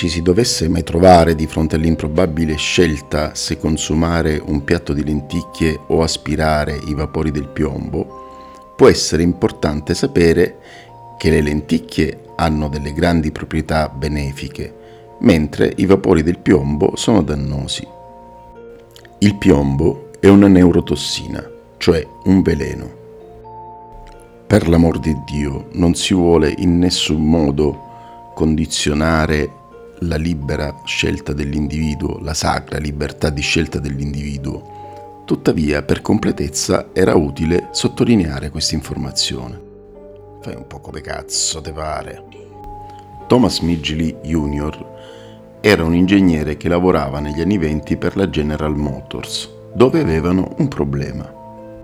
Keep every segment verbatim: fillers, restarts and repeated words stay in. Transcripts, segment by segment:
ci si dovesse mai trovare di fronte all'improbabile scelta se consumare un piatto di lenticchie o aspirare i vapori del piombo, può essere importante sapere che le lenticchie hanno delle grandi proprietà benefiche, mentre i vapori del piombo sono dannosi. Il piombo è una neurotossina, cioè un veleno. Per l'amor di Dio, non si vuole in nessun modo condizionare la libera scelta dell'individuo, la sacra libertà di scelta dell'individuo. Tuttavia, per completezza, era utile sottolineare questa informazione. Fai un po' come cazzo te pare. Thomas Midgley junior era un ingegnere che lavorava negli anni venti per la General Motors, dove avevano un problema.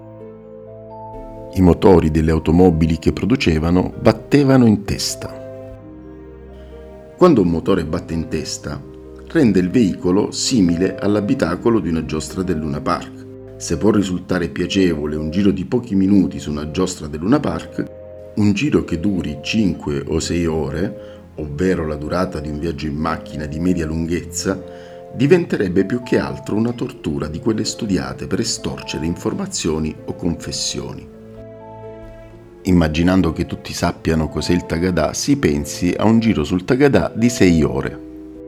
I motori delle automobili che producevano battevano in testa. Quando un motore batte in testa, rende il veicolo simile all'abitacolo di una giostra del Luna Park. Se può risultare piacevole un giro di pochi minuti su una giostra del Luna Park, un giro che duri cinque o sei ore, ovvero la durata di un viaggio in macchina di media lunghezza, diventerebbe più che altro una tortura di quelle studiate per estorcere informazioni o confessioni. Immaginando che tutti sappiano cos'è il Tagadà, si pensi a un giro sul Tagadà di sei ore.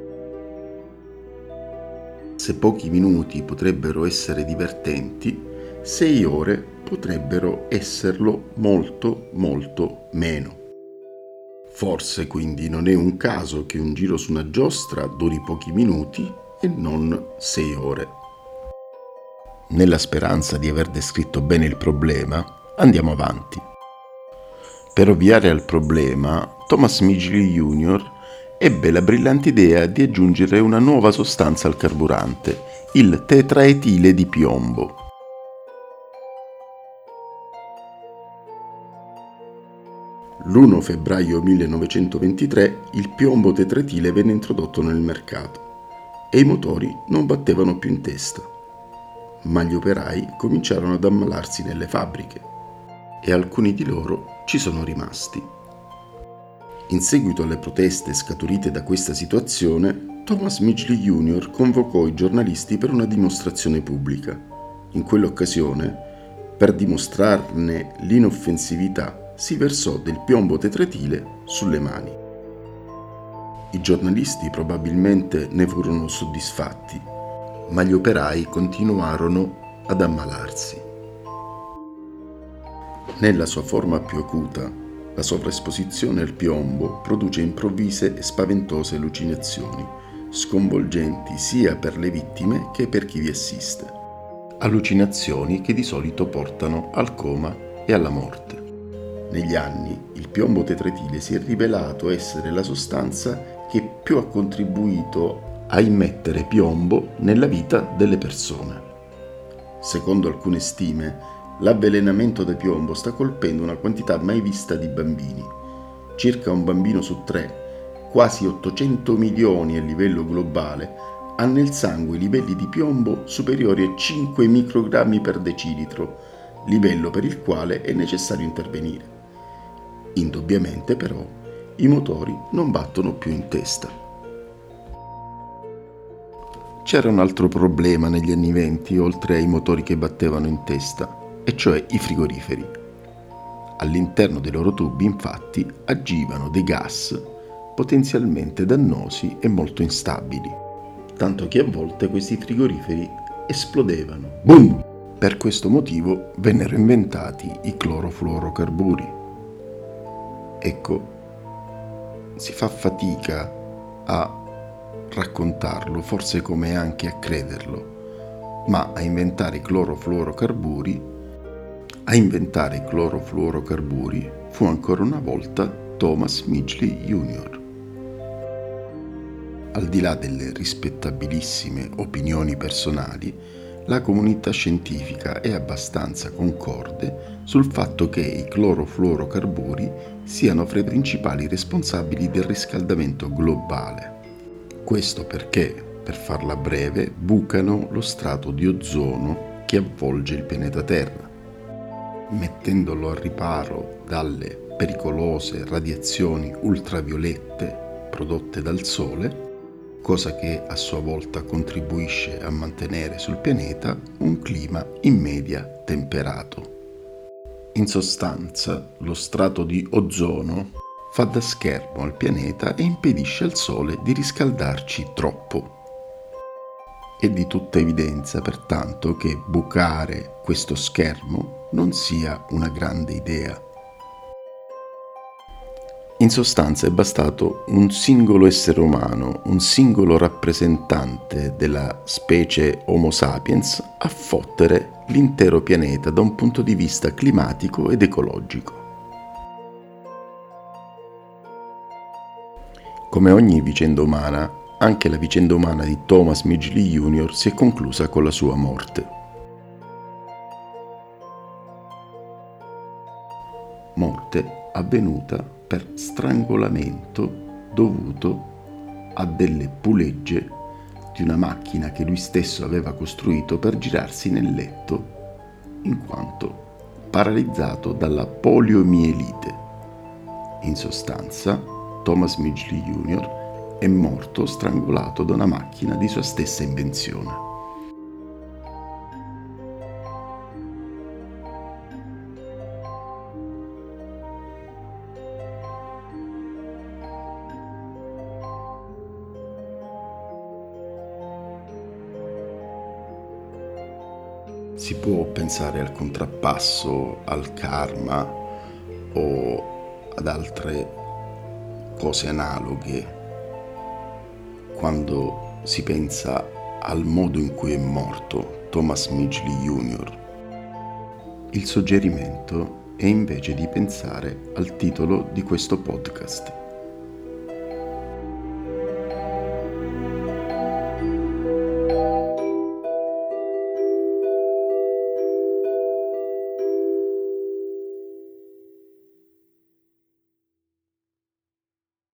Se pochi minuti potrebbero essere divertenti, sei ore potrebbero esserlo molto molto meno. Forse quindi non è un caso che un giro su una giostra duri pochi minuti e non sei ore. Nella speranza di aver descritto bene il problema, andiamo avanti. Per ovviare al problema, Thomas Midgley junior ebbe la brillante idea di aggiungere una nuova sostanza al carburante, il tetraetile di piombo. l'primo febbraio millenovecentoventitré il piombo tetraetile venne introdotto nel mercato e i motori non battevano più in testa, ma gli operai cominciarono ad ammalarsi nelle fabbriche e alcuni di loro ci sono rimasti. In seguito alle proteste scaturite da questa situazione, Thomas Midgley junior convocò i giornalisti per una dimostrazione pubblica. In quell'occasione, per dimostrarne l'inoffensività, si versò del piombo tetraetile sulle mani. I giornalisti probabilmente ne furono soddisfatti, ma gli operai continuarono ad ammalarsi. Nella sua forma più acuta, la sovraesposizione al piombo produce improvvise e spaventose allucinazioni, sconvolgenti sia per le vittime che per chi vi assiste. Allucinazioni che di solito portano al coma e alla morte. Negli anni, il piombo tetraetile si è rivelato essere la sostanza che più ha contribuito a immettere piombo nella vita delle persone. Secondo alcune stime, l'avvelenamento da piombo sta colpendo una quantità mai vista di bambini. Circa un bambino su tre, quasi ottocento milioni a livello globale, ha nel sangue livelli di piombo superiori a cinque microgrammi per decilitro, livello per il quale è necessario intervenire. Indubbiamente, però, i motori non battono più in testa. C'era un altro problema negli anni venti, oltre ai motori che battevano in testa, e cioè i frigoriferi. All'interno dei loro tubi, infatti, agivano dei gas potenzialmente dannosi e molto instabili, tanto che a volte questi frigoriferi esplodevano. Boom! Per questo motivo vennero inventati i clorofluorocarburi. Ecco, si fa fatica a raccontarlo, forse come anche a crederlo, ma a inventare i clorofluorocarburi A inventare i clorofluorocarburi fu ancora una volta Thomas Midgley junior Al di là delle rispettabilissime opinioni personali, la comunità scientifica è abbastanza concorde sul fatto che i clorofluorocarburi siano fra i principali responsabili del riscaldamento globale. Questo perché, per farla breve, bucano lo strato di ozono che avvolge il pianeta Terra, mettendolo al riparo dalle pericolose radiazioni ultraviolette prodotte dal Sole cosa che a sua volta contribuisce a mantenere sul pianeta un clima in media temperato. In sostanza, lo strato di ozono fa da schermo al pianeta e impedisce al Sole di riscaldarci troppo. È di tutta evidenza, pertanto, che bucare questo schermo non sia una grande idea. In sostanza è bastato un singolo essere umano, un singolo rappresentante della specie Homo sapiens a fottere l'intero pianeta da un punto di vista climatico ed ecologico. Come ogni vicenda umana, anche la vicenda umana di Thomas Midgley junior si è conclusa con la sua morte. Morte avvenuta per strangolamento dovuto a delle pulegge di una macchina che lui stesso aveva costruito per girarsi nel letto, in quanto paralizzato dalla poliomielite. In sostanza, Thomas Midgley junior è morto strangolato da una macchina di sua stessa invenzione. Si può pensare al contrappasso, al karma o ad altre cose analoghe quando si pensa al modo in cui è morto Thomas Midgley junior Il suggerimento è invece di pensare al titolo di questo podcast.